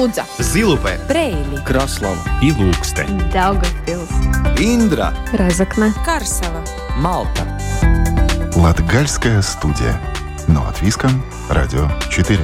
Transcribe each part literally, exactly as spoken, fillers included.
Рудза, Зилупе, Бреили, Краслава и Ilūkste, Daugavpils, Индра, Разокна, Карсела, Малта. Латгальская студия. Но от Виском, Радио четыре.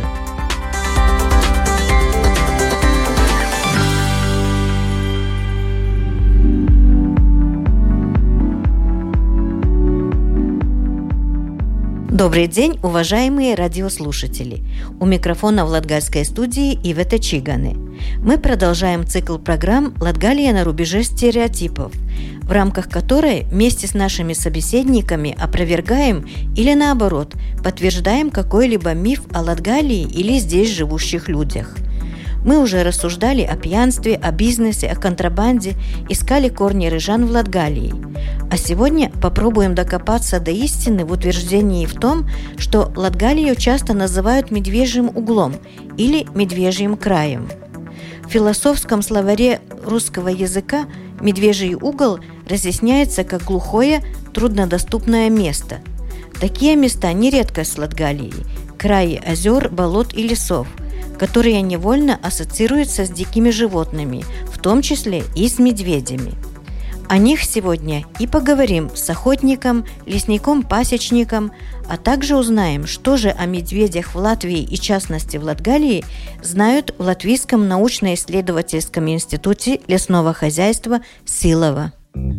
Добрый день, уважаемые радиослушатели! У микрофона в Латгальской студии Ивета Чиганы. Мы продолжаем цикл программ «Латгалия на рубеже стереотипов», в рамках которой вместе с нашими собеседниками опровергаем или, наоборот, подтверждаем какой-либо миф о Латгалии или здесь живущих людях. Мы уже рассуждали о пьянстве, о бизнесе, о контрабанде, искали корни рижан в Латгалии. А сегодня попробуем докопаться до истины в утверждении в том, что Латгалию часто называют медвежьим углом или медвежьим краем. В философском словаре русского языка медвежий угол разъясняется как глухое, труднодоступное место. Такие места не редкость в Латгалии – краи озер, болот и лесов, которые невольно ассоциируются с дикими животными, в том числе и с медведями. О них сегодня и поговорим с охотником, лесником-пасечником, а также узнаем, что же о медведях в Латвии и, в частности, в Латгалии знают в Латвийском научно-исследовательском институте лесного хозяйства Силова.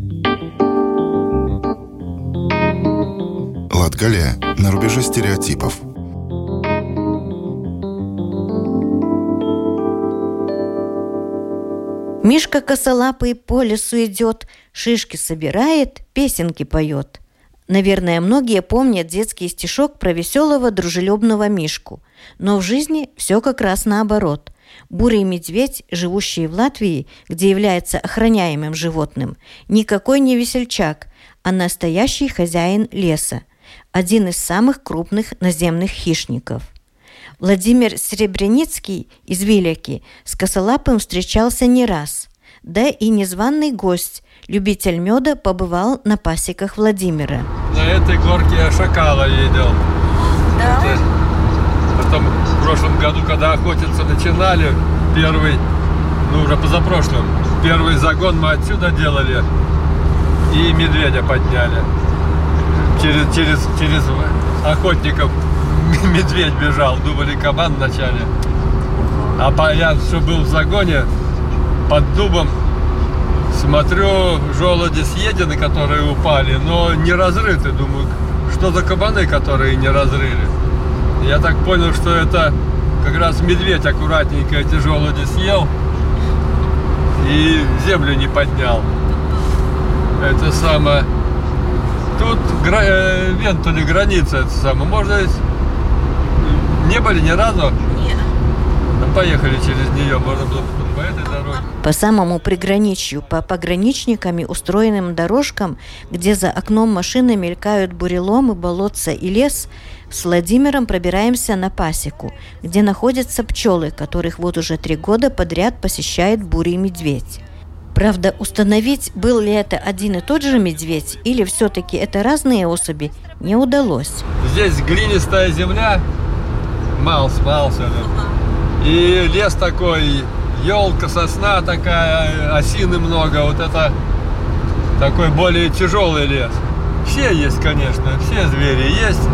Латгалия на рубеже стереотипов. Мишка косолапый по лесу идет, шишки собирает, песенки поет. Наверное, многие помнят детский стишок про веселого дружелюбного Мишку. Но в жизни все как раз наоборот. Бурый медведь, живущий в Латвии, где является охраняемым животным, никакой не весельчак, а настоящий хозяин леса. Один из самых крупных наземных хищников. Владимир Сребреницкий из Виляки с косолапым встречался не раз. Да и незваный гость, любитель меда, побывал на пасеках Владимира. На этой горке я шакала видел. Да? Это, потом в прошлом году, когда охотиться начинали, первый, ну уже позапрошлым, первый загон мы отсюда делали и медведя подняли. Через, через, через охотников медведь бежал, думали кабан вначале. А по, я что был в загоне, под дубом, смотрю, желуди съедены, которые упали, но не разрыты. Думаю, что за кабаны, которые не разрыли. Я так понял, что это как раз медведь аккуратненько эти желуди съел и землю не поднял. Это самое... Тут гра... э, Вентули граница, это самое. Можно... Не были ни разу? Нет. Поехали через нее, можно было по этой дороге. По самому приграничью, по пограничниками устроенным дорожкам, где за окном машины мелькают буреломы, болотца и лес, с Владимиром пробираемся на пасеку, где находятся пчелы, которых вот уже три года подряд посещает бурый медведь. Правда, установить, был ли это один и тот же медведь, или все-таки это разные особи, не удалось. Здесь глинистая земля, малс, малс, и лес такой, елка, сосна такая, осины много, вот это такой более тяжелый лес. Все есть, конечно, все звери есть.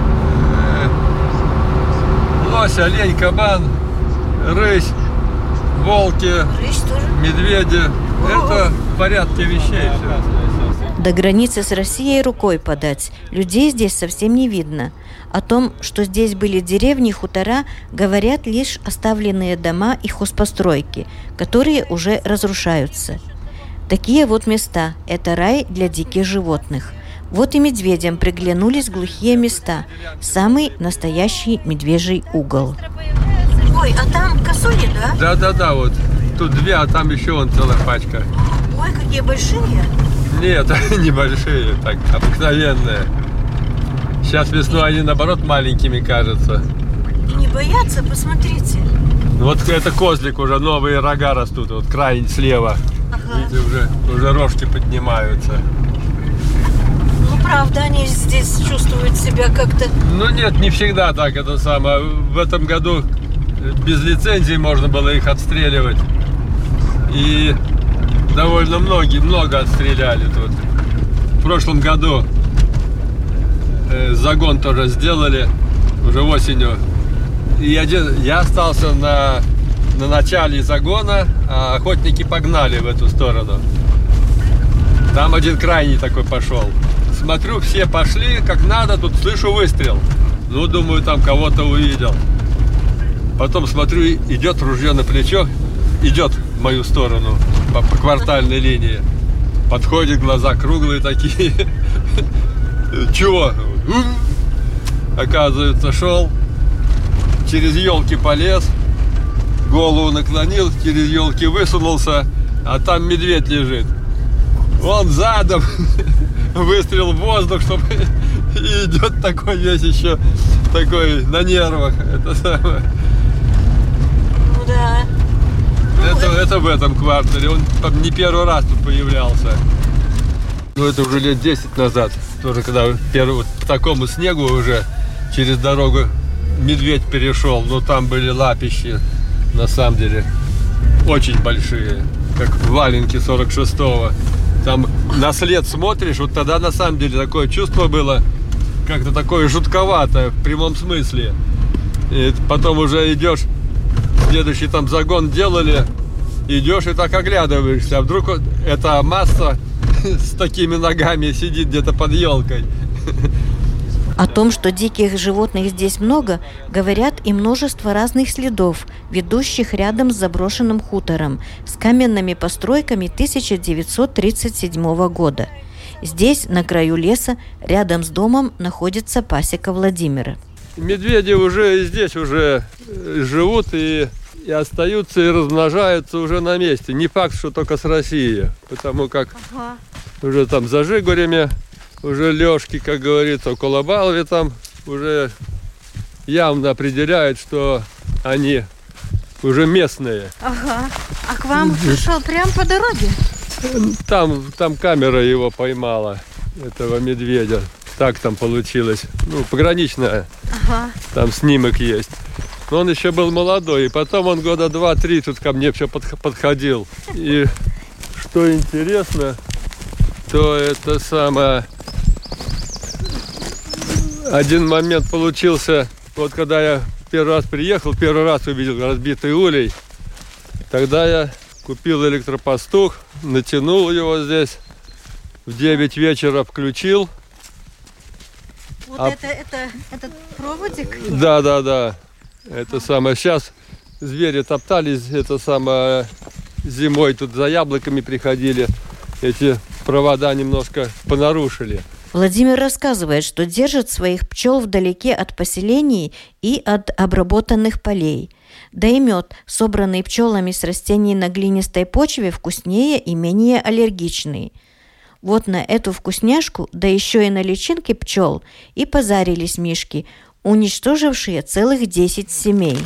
Лось, олень, кабан, рысь, волки, медведи. Это в порядке вещей все. До границы с Россией рукой подать. Людей здесь совсем не видно. О том, что здесь были деревни, хутора, говорят лишь оставленные дома и хозпостройки, которые уже разрушаются. Такие вот места – это рай для диких животных. Вот и медведям приглянулись глухие места. Самый настоящий медвежий угол. Ой, а там косули, да? Да-да-да, вот. Тут две, а там еще вон целая пачка. Ой, какие большие. Нет, небольшие, так, обыкновенные. Сейчас весной они, наоборот, маленькими кажутся. И не боятся, посмотрите. Вот это козлик, уже новые рога растут, вот край слева. Ага. Видите, уже, уже рожки поднимаются. Ну, правда, они здесь чувствуют себя как-то... Ну, нет, не всегда так, это самое. В этом году без лицензии можно было их отстреливать. И довольно многие, много отстреляли тут. В прошлом году э, загон тоже сделали, уже осенью. И один, я остался на, на начале загона, а охотники погнали в эту сторону. Там один крайний такой пошел. Смотрю, все пошли как надо, тут слышу выстрел. Ну, думаю, там кого-то увидел. Потом смотрю, идет ружье на плечо, идет в мою сторону по, по квартальной линии. Подходит, глаза круглые такие. Чего? Оказывается, шел, через елки полез, голову наклонил, через елки высунулся, а там медведь лежит. Он задом, выстрел в воздух, чтобы и идет такой весь еще такой на нервах. Это самое. Ну да. Это, это в этом квартале. Он там не первый раз тут появлялся. Ну, это уже лет десять назад. Тоже когда первый, по такому снегу уже через дорогу медведь перешел. Но там были лапищи, на самом деле, очень большие. Как валенки сорок шестого. Там на след смотришь, вот тогда на самом деле такое чувство было, как-то такое жутковатое в прямом смысле. И потом уже идешь, следующий там загон делали, идешь и так оглядываешься, а вдруг эта масса с такими ногами сидит где-то под елкой. О том, что диких животных здесь много, говорят и множество разных следов, ведущих рядом с заброшенным хутором, с каменными постройками тысяча девятьсот тридцать седьмого года. Здесь, на краю леса, рядом с домом, находится пасека Владимира. Медведи уже здесь уже живут и, и остаются, и размножаются уже на месте. Не факт, что только с России, потому как ага. уже там за Жигурями, уже лёжки, как говорится, около Балви там уже явно определяют, что они уже местные. Ага. А к вам пришел прямо по дороге? Там, там камера его поймала, этого медведя. Так там получилось. Ну, пограничная. Ага. Там снимок есть. Но он еще был молодой. И потом он года два-три тут ко мне все подходил. И что интересно, то это самое... Один момент получился, вот когда я первый раз приехал, первый раз увидел разбитый улей, тогда я купил электропастух, натянул его здесь, в девять вечера включил. Вот а... это, это, этот проводик? Да, да, да. Это самое. Сейчас звери топтались, это самое, зимой тут за яблоками приходили, эти провода немножко понарушили. Владимир рассказывает, что держит своих пчел вдалеке от поселений и от обработанных полей. Да и мед, собранный пчелами с растений на глинистой почве, вкуснее и менее аллергичный. Вот на эту вкусняшку, да еще и на личинки пчел, и позарились мишки, уничтожившие целых десять семей.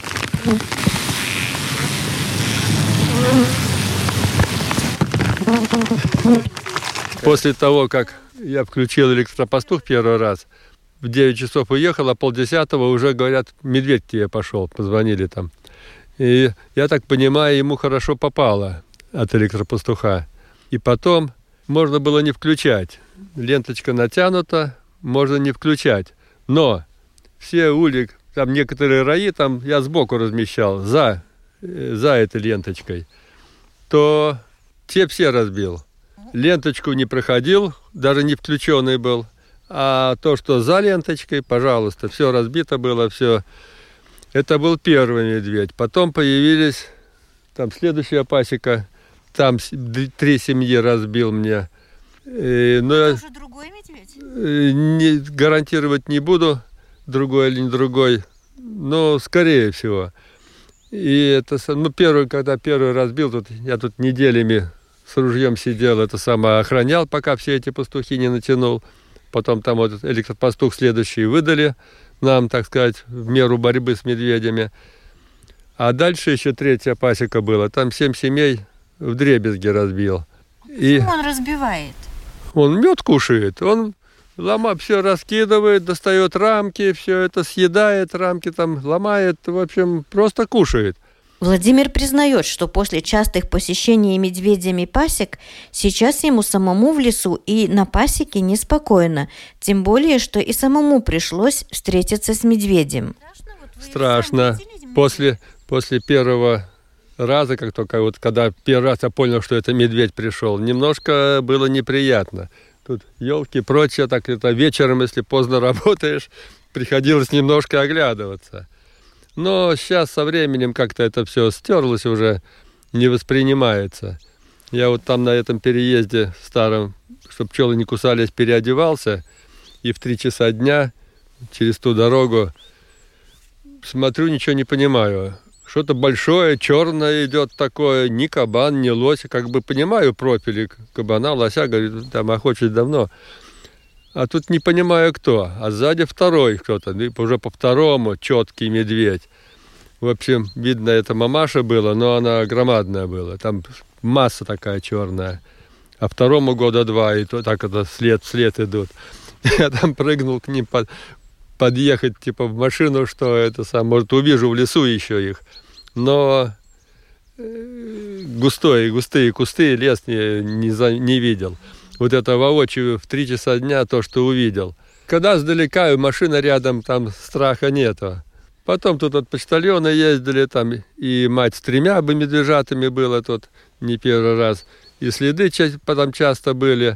После того, как я включил электропастух первый раз, в девять часов уехал, а полдесятого уже говорят, медведь к тебе пошел, позвонили там. И я так понимаю, ему хорошо попало от электропастуха. И потом можно было не включать. Ленточка натянута, можно не включать. Но все ульи, там некоторые раи, там я сбоку размещал, за, за этой ленточкой, то те все разбил. Ленточку не проходил, даже не включенный был. А то, что за ленточкой, пожалуйста, все разбито было, все. Это был первый медведь. Потом появились, там следующая пасека, там три семьи разбил мне. И, но это уже другой медведь? Не, гарантировать не буду, другой или не другой, но скорее всего. И это, ну, первый, когда первый разбил, тут, я тут неделями с ружьем сидел, это самое охранял, пока все эти пастухи не натянул. Потом там вот электропастух следующий выдали нам, так сказать, в меру борьбы с медведями. А дальше еще третья пасека была. Там семь семей вдребезги разбил. Почему и он разбивает? Он мед кушает. Он Лома все раскидывает, достает рамки, все это съедает, рамки там ломает, в общем, просто кушает. Владимир признает, что после частых посещений медведями пасек сейчас ему самому в лесу и на пасеке неспокойно, тем более, что и самому пришлось встретиться с медведем. Страшно. После, после первого раза, как только вот когда первый раз я понял, что это медведь пришел, немножко было неприятно. Тут елки, прочее, так это вечером, если поздно работаешь, приходилось немножко оглядываться. Но сейчас со временем как-то это все стерлось уже, не воспринимается. Я вот там на этом переезде старом, чтобы пчелы не кусались, переодевался, и в три часа дня через ту дорогу смотрю, ничего не понимаю. Что-то большое, черное идет такое, ни кабан, ни лось. Как бы понимаю профили кабана, лося, говорит, там охочет давно. А тут не понимаю кто. А сзади второй кто-то, уже по второму четкий медведь. В общем, видно, это мамаша была, но она громадная была. Там масса такая черная. А второму года два, и то так это след вслед идут. Я там прыгнул к ним под... подъехать типа в машину, что это сам, может, увижу в лесу еще их. Но густой, густые кусты, лес не, не, за, не видел. Вот это воочию в три часа дня то, что увидел. Когда сдалека, машина рядом, там страха нету. Потом тут от почтальона ездили, там и мать с тремя бы медвежатами была тут не первый раз. И следы потом часто были.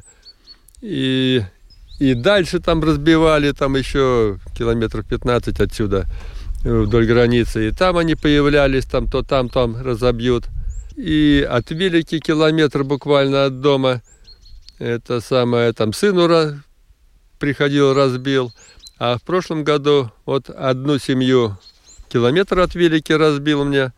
И... И дальше там разбивали, там еще километров пятнадцать отсюда, вдоль границы. И там они появлялись, там то там, там разобьют. И от Велики километр буквально от дома, это самое, там сыну раз, приходил, разбил. А в прошлом году вот одну семью километр от Велики разбил мне,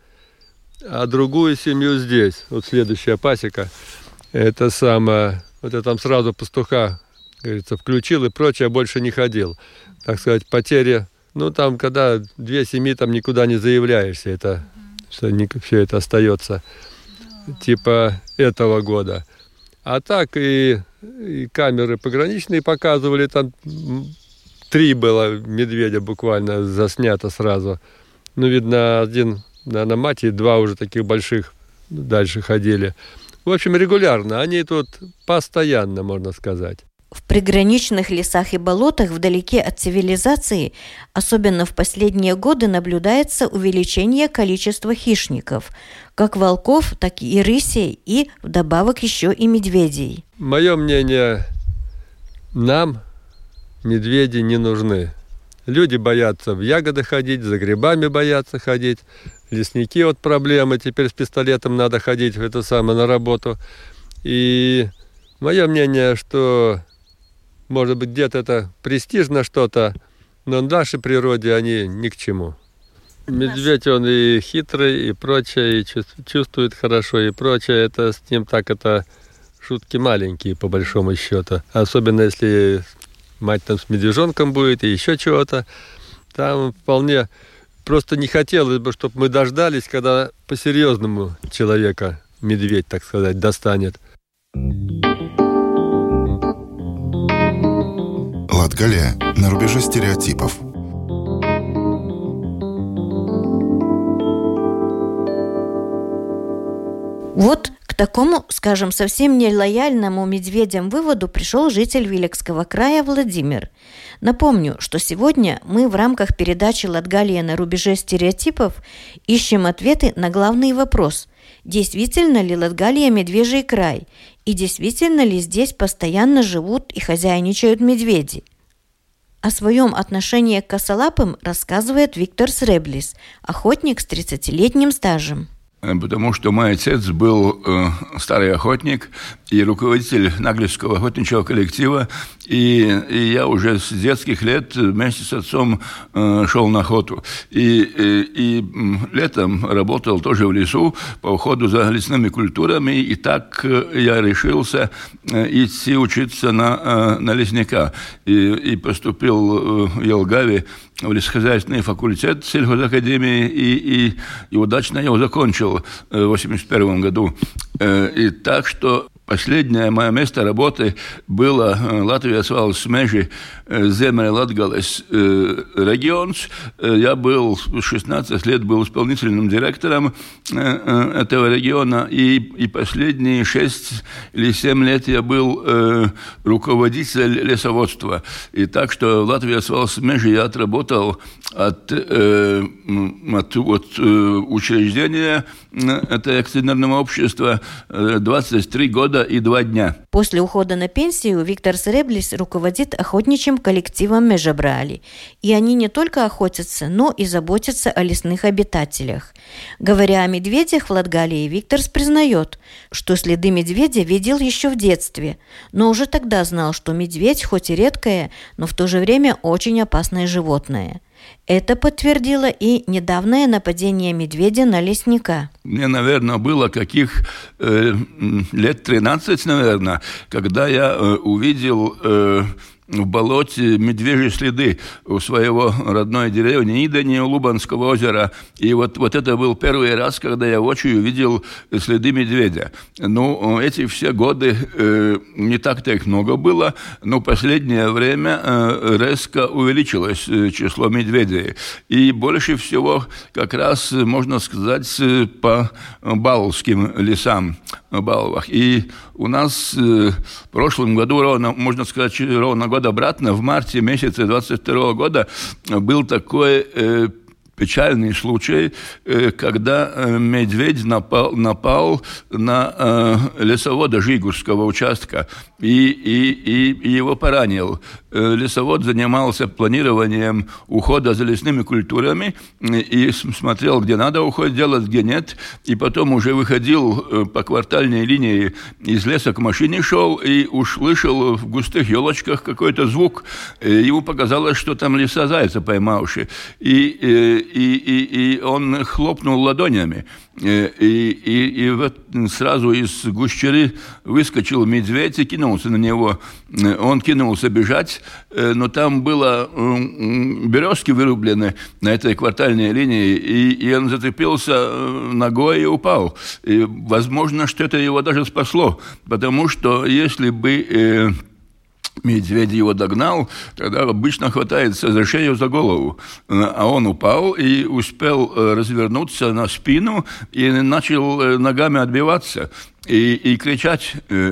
а другую семью здесь. Вот следующая пасека, это самое, вот я там сразу пастуха, говорится, включил и прочее, больше не ходил. Так сказать, потери, ну там, когда две семьи, там никуда не заявляешься, это, что не, все это остается типа этого года. А так и, и камеры пограничные показывали, там три было медведя буквально заснято сразу. Ну, видно, один, наверное, мать и два уже таких больших дальше ходили. В общем, регулярно, они тут постоянно, можно сказать. В приграничных лесах и болотах вдалеке от цивилизации, особенно в последние годы, наблюдается увеличение количества хищников, как волков, так и рысей, и вдобавок еще и медведей. Мое мнение, нам медведи не нужны. Люди боятся в ягоды ходить, за грибами боятся ходить, лесники от проблемы, теперь с пистолетом надо ходить в это самое на работу. И мое мнение, что может быть, где-то это престижно что-то, но в нашей природе они ни к чему. Медведь, он и хитрый, и прочее, и чувствует хорошо, и прочее. Это с ним так, это шутки маленькие, по большому счету. Особенно, если мать там с медвежонком будет, и еще чего-то. Там вполне просто не хотелось бы, чтобы мы дождались, когда по-серьезному человека медведь, так сказать, достанет. Латгалия на рубеже стереотипов. Вот к такому, скажем, совсем нелояльному медведям выводу пришел житель Вилекского края Владимир. Напомню, что сегодня мы в рамках передачи «Латгалия на рубеже стереотипов» ищем ответы на главный вопрос: действительно ли Латгалия медвежий край? И действительно ли здесь постоянно живут и хозяйничают медведи? О своем отношении к косолапым рассказывает Виктор Среблис, охотник с тридцатилетним стажем. Потому что мой отец был э, старый охотник и руководитель Наглевского охотничьего коллектива, и, и я уже с детских лет вместе с отцом э, шел на охоту. И, и, и летом работал тоже в лесу по уходу за лесными культурами, и так я решился идти учиться на, на лесника. И, и поступил в Елгаве в лесохозяйственный факультет сельхозакадемии, и, и, и удачно я его закончил в восемьдесят первом году. И так что Последнее мое место работы было Латвijas valsts meži Ziemeļlatgales регионс. Я был шестнадцать лет был исполнительным директором этого региона, и, и последние шесть или семь лет я был руководитель лесоводства. И так что Латвijas valsts meži я отработал от, от, от учреждения этого акционерного общества двадцать три года и два дня. После ухода на пенсию Виктор Среблис руководит охотничьим коллективом Межабрали. И они не только охотятся, но и заботятся о лесных обитателях. Говоря о медведях в Латгалии, Виктор признает, что следы медведя видел еще в детстве, но уже тогда знал, что медведь хоть и редкое, но в то же время очень опасное животное. Это подтвердило и недавнее нападение медведя на лесника. Мне, наверное, было каких э, лет тринадцать, наверное, когда я э, увидел э, в болоте медвежьи следы у своего родной деревни Идани, у Лубанского озера. И вот, вот это был первый раз, когда я воочию увидел следы медведя. Ну, эти все годы э, не так-то их много было, но в последнее время э, резко увеличилось число медведей. И больше всего, как раз, можно сказать, по Балским лесам, Балвах. И у нас э, в прошлом году, ровно, можно сказать, ровно год обратно, в марте месяце двадцать второго года был такой э, печальный случай, э, когда э, медведь напал, напал на э, лесовода Жигурского участка и, и, и, и его поранил. Э, лесовод занимался планированием ухода за лесными культурами и смотрел, где надо уход делать, где нет. И потом уже выходил э, по квартальной линии из леса, к машине шел и услышал в густых елочках какой-то звук. Э, ему показалось, что там лиса зайца поймавший. И э, И, и, и он хлопнул ладонями, и, и, и вот сразу из гущеры выскочил медведь и кинулся на него. Он кинулся бежать, но там было березки вырублены на этой квартальной линии, и, и он зацепился ногой и упал. И возможно, что это его даже спасло, потому что если бы медведь его догнал, тогда обычно хватается за шею, за голову. А он упал и успел развернуться на спину и начал ногами отбиваться и, и кричать.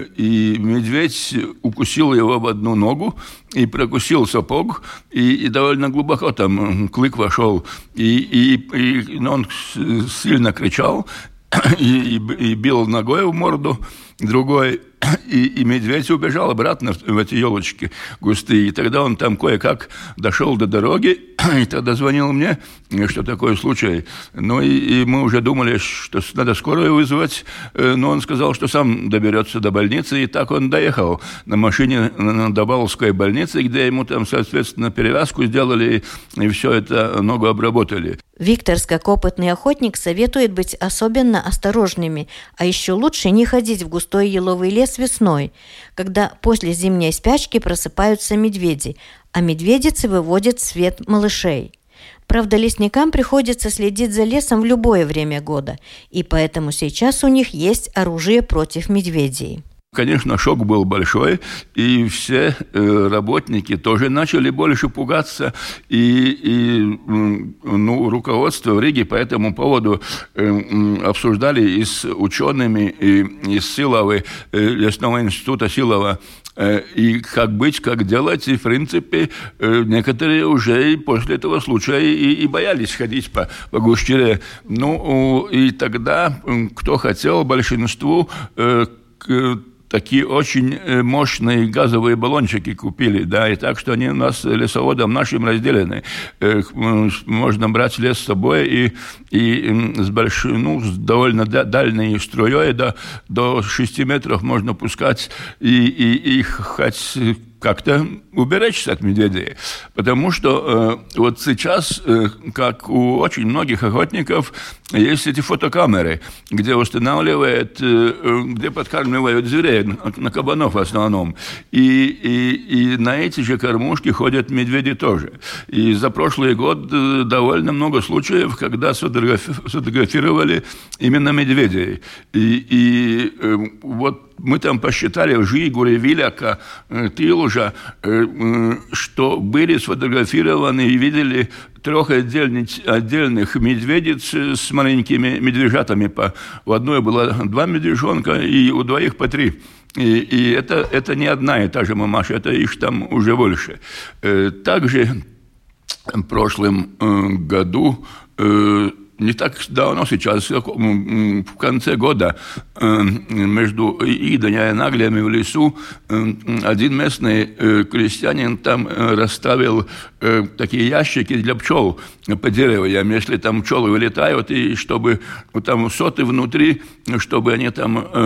И медведь укусил его в одну ногу и прокусил сапог, и, и довольно глубоко там клык вошел. И, и, и он сильно кричал и, и, и бил ногой в морду другой. И, и медведь убежал обратно в эти елочки густые. И тогда он там кое-как дошел до дороги, и тогда звонил мне, что такой случай. Ну, и, и мы уже думали, что надо скорую вызвать, но он сказал, что сам доберется до больницы, и так он доехал на машине до Балской больницы, где ему там, соответственно, перевязку сделали, и все это ногу обработали. Виктор, как опытный охотник, советует быть особенно осторожными, а еще лучше не ходить в густой еловый лес весной, когда после зимней спячки просыпаются медведи, а медведицы выводят в свет малышей. Правда, лесникам приходится следить за лесом в любое время года, и поэтому сейчас у них есть оружие против медведей. Конечно, шок был большой, и все э, работники тоже начали больше пугаться, и, и ну, руководство в Риге по этому поводу э, обсуждали и с учеными, и, и с Силовой, э, лесного института Силова, э, и как быть, как делать, и в принципе э, некоторые уже и после этого случая и, и боялись ходить по, по гущере. Ну, и тогда, кто хотел, большинству э, к, такие очень мощные газовые баллончики купили, да, и так что они у нас лесоводом нашим разделены. Можно брать лес с собой и, и с большой, ну, с довольно дальней струей до, до шести метров можно пускать и, и, и хоть как-то уберечься от медведей. Потому что э, вот сейчас, э, как у очень многих охотников, есть эти фотокамеры, где устанавливают, э, где подкармливают зверей, на, на кабанов в основном. И, и, и на эти же кормушки ходят медведи тоже. И за прошлый год э, довольно много случаев, когда сфотографировали именно медведей. И, и э, вот мы там посчитали в Жигуре, Виляка, Тилужа, что были сфотографированы и видели трех отдельных, отдельных медведиц с маленькими медвежатами. По, у одной было два медвежонка, и у двоих по три. И, и это, это не одна и та же мамаша, это их там уже больше. Также в прошлом году, не так давно сейчас, в конце года, между Идоня и Наглями в лесу, один местный крестьянин там расставил такие ящики для пчел по деревьям, если там пчелы вылетают, и чтобы там соты внутри, чтобы они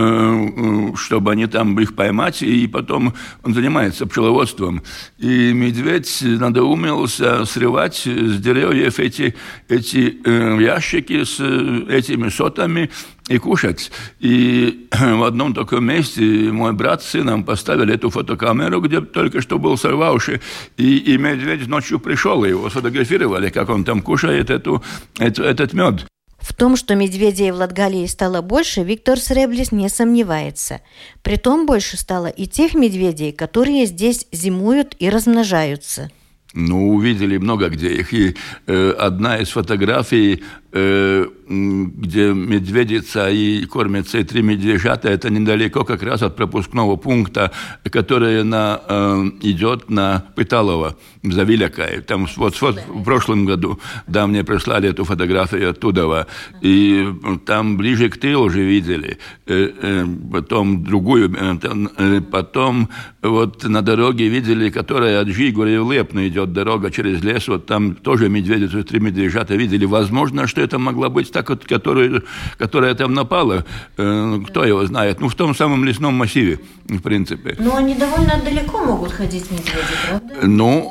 там, чтобы они там их поймать, и потом он занимается пчеловодством. И медведь надоумился срывать с деревьев эти, эти ящики с этими сотами и кушать. И в одном таком месте мой брат с сыном поставили эту фотокамеру, где только что был сорвавший, и, и медведь ночью пришел, и его сфотографировали, как он там кушает эту, эту, этот мед. В том, что медведей в Латгалии стало больше, Виктор Среблис не сомневается. Притом больше стало и тех медведей, которые здесь зимуют и размножаются. Ну, увидели много где их. И э, одна из фотографий, э, где медведица и кормятся и три медвежата, это недалеко как раз от пропускного пункта, который на, э, идет на Пыталово, за Вилякой. Там вот, вот в прошлом году, да, мне прислали эту фотографию оттуда. И там ближе к тылу уже видели. Э, э, потом другую, э, потом вот на дороге видели, которая от Жигури в Лепну идет дорога через лес, вот там тоже медведицу, три медвежата видели. Возможно, что это могла быть та, которая, которая там напала. Э, кто его знает? Ну, в том самом лесном массиве, в принципе. Но они довольно далеко могут ходить, медведи, правда?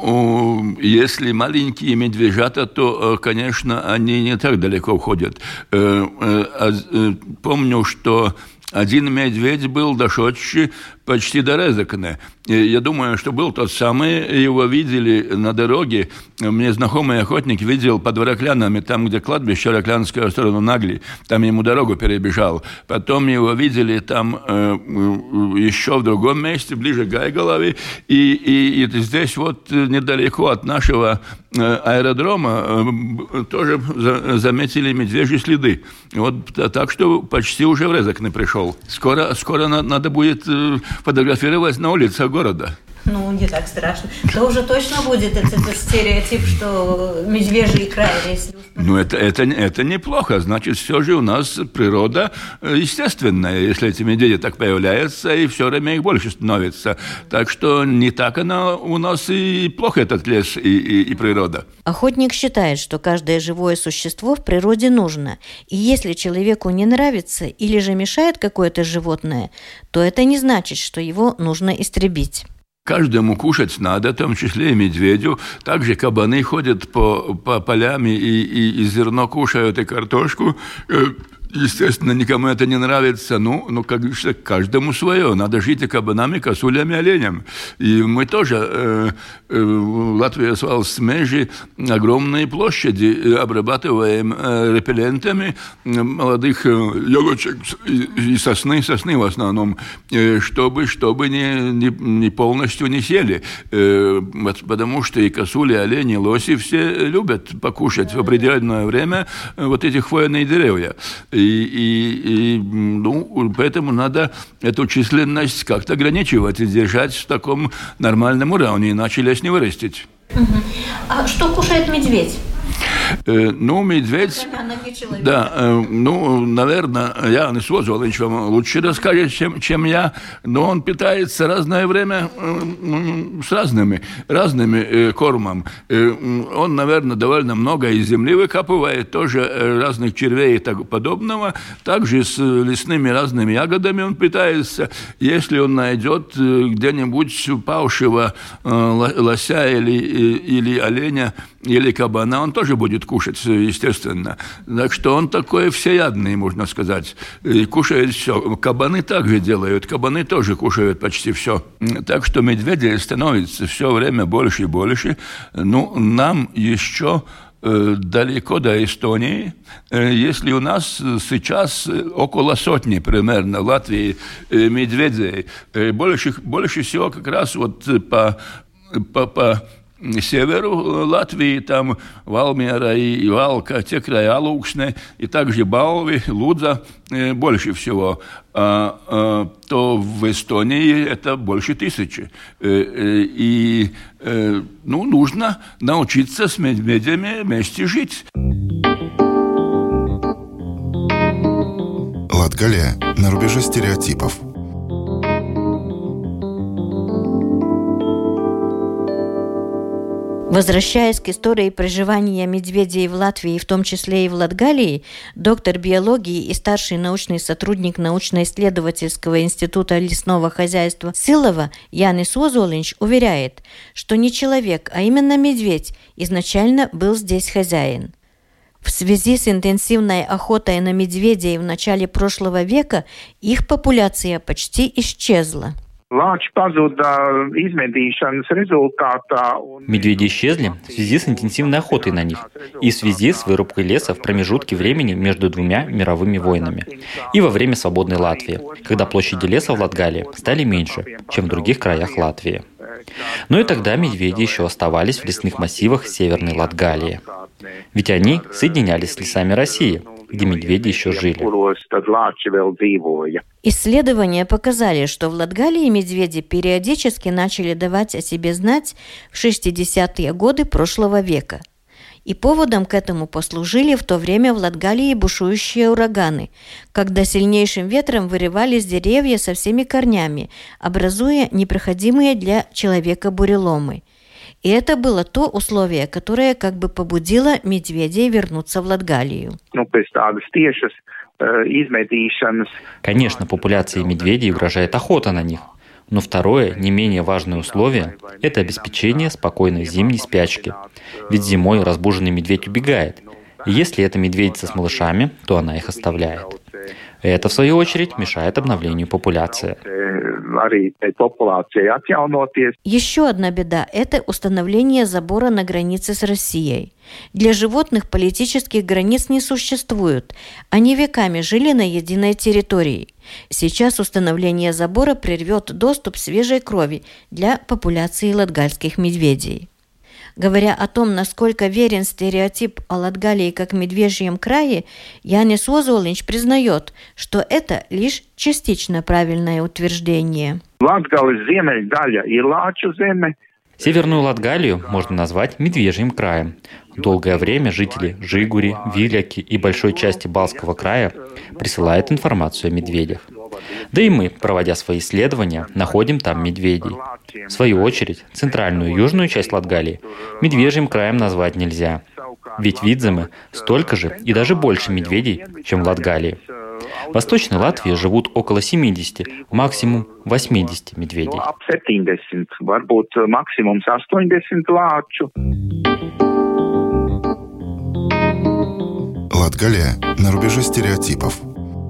Ну, если маленькие медвежата, то, конечно, они не так далеко ходят. Э, э, помню, что один медведь был дошедший почти до Резекне. Я думаю, что был тот самый, его видели на дороге. Мне знакомый охотник видел под Вороклянами, там, где кладбище, Вороклянская сторону Нагли, там ему дорогу перебежал. Потом его видели там э, еще в другом месте, ближе к Гайголове, и, и, и здесь вот недалеко от нашего э, аэродрома э, тоже за, заметили медвежьи следы. Вот так что почти уже в Резекне пришел. Скоро, скоро на, надо будет э, фотографировать на улицах города. Ну, не так страшно. То уже точно будет этот, этот стереотип, что медвежий край, если... Ну, это, это, это неплохо. Значит, все же у нас природа естественная, если эти медведи так появляются, и все время их больше становится. Так что не так она у нас и плохо, этот лес и, и, и природа. Охотник считает, что каждое живое существо в природе нужно. И если человеку не нравится или же мешает какое-то животное, то это не значит, что его нужно истребить. Каждому кушать надо, в том числе и медведю. Также кабаны ходят по, по полям и, и, и зерно кушают, и картошку. Естественно, никому это не нравится. Ну, ну как говорится, каждому свое. Надо жить и кабанами, косулями, оленям. И мы тоже э, э, в Латвии с межи огромные площади обрабатываем э, репеллентами молодых э, елочек и, и сосны, сосны в основном, э, чтобы, чтобы не, не, не полностью не сели. Э, потому что и косули, олени, и лоси все любят покушать в определенное время вот эти хвойные деревья. И, и, и ну, поэтому надо эту численность как-то ограничивать и держать в таком нормальном уровне, иначе лес не вырастить. Угу. А что кушает медведь? Э, ну, медведь... Да, э, ну, наверное, я не Свозу, Ленч вам лучше расскажет, чем, чем я, но он питается разное время э, с разными, разными э, кормом. Э, он, наверное, довольно много из земли выкапывает, тоже э, разных червей и так подобного. Также с лесными разными ягодами он питается. Если он найдет э, где-нибудь павшего э, лося или, или оленя, или кабана, он тоже будет кушать, естественно. Так что он такой всеядный, можно сказать. И кушает все. Кабаны также делают. Кабаны тоже кушают почти все. Так что медведей становится все время больше и больше. Ну, нам еще далеко до Эстонии. Если у нас сейчас около сотни примерно в Латвии медведей, больше, больше всего как раз вот по, по, по северу Латвии, там Валмера и Валка, те края Алукшне, и также Бауви, Лудза больше всего. А, а, то в Эстонии это больше тысячи. И ну, нужно научиться с медведями вместе жить. Латгалия на рубеже стереотипов. Возвращаясь к истории проживания медведей в Латвии, в том числе и в Латгалии, доктор биологии и старший научный сотрудник научно-исследовательского института лесного хозяйства Силова Янис Озолинч уверяет, что не человек, а именно медведь изначально был здесь хозяин. В связи с интенсивной охотой на медведей в начале прошлого века их популяция почти исчезла. Медведи исчезли в связи с интенсивной охотой на них и в связи с вырубкой леса в промежутке времени между двумя мировыми войнами и во время свободной Латвии, когда площади леса в Латгалии стали меньше, чем в других краях Латвии. Но и тогда медведи еще оставались в лесных массивах Северной Латгалии. Ведь они соединялись с лесами России, где медведи еще жили. Исследования показали, что в Латгалии медведи периодически начали давать о себе знать в шестидесятые годы прошлого века. И поводом к этому послужили в то время в Латгалии бушующие ураганы, когда сильнейшим ветром вырывались деревья со всеми корнями, образуя непроходимые для человека буреломы. И это было то условие, которое как бы побудило медведей вернуться в Латгалию. Конечно, популяции медведей угрожает охота на них. Но второе, не менее важное условие – это обеспечение спокойной зимней спячки. Ведь зимой разбуженный медведь убегает. И если это медведица с малышами, то она их оставляет. Это, в свою очередь, мешает обновлению популяции. Еще одна беда – это установление забора на границе с Россией. Для животных политических границ не существует. Они веками жили на единой территории. Сейчас установление забора прервет доступ свежей крови для популяции латгальских медведей. Говоря о том, насколько верен стереотип о Латгалии как медвежьем крае, Янис Озолинч признает, что это лишь частично правильное утверждение. Северную Латгалию можно назвать медвежьим краем. Долгое время жители Жигури, Виляки и большой части Балского края присылают информацию о медведях. Да и мы, проводя свои исследования, находим там медведей. В свою очередь, центральную и южную часть Латгалии медвежьим краем назвать нельзя. Ведь в Видземе столько же и даже больше медведей, чем в Латгалии. В Восточной Латвии живут около семидесяти, максимум восьмидесяти медведей. Латгалия на рубеже стереотипов.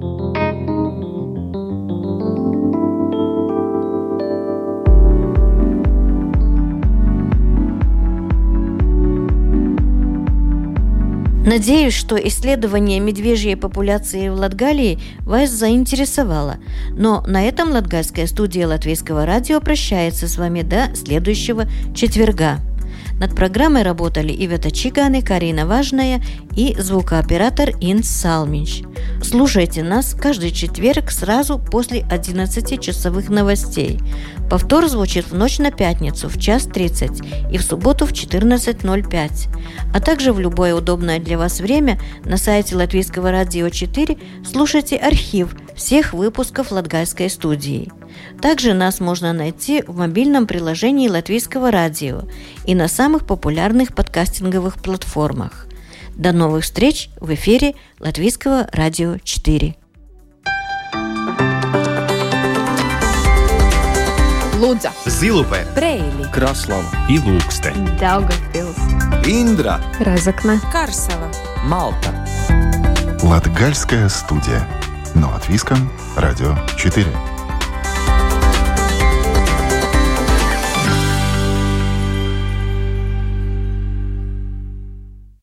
Надеюсь, что исследование медвежьей популяции в Латгалии вас заинтересовало. Но на этом Латгальская студия Латвийского радио прощается с вами до следующего четверга. Над программой работали Ивета Чиганы, Карина Важная и звукооператор Инс Салминч. Слушайте нас каждый четверг сразу после одиннадцати часовых новостей. Повтор звучит в ночь на пятницу в час тридцать и в субботу в четырнадцать ноль пять. А также в любое удобное для вас время на сайте Латвийского радио четыре слушайте архив всех выпусков Латгальской студии. Также нас можно найти в мобильном приложении Латвийского радио и на самых популярных подкастинговых платформах. До новых встреч в эфире Латвийского радио четыре. Лудза, Зилупе, Брейли, Краслава и Лукстен, Даугавпилс, Индра, Разокне, Карсела, Малта. Латгальская студия. На Латвийском радио четыре.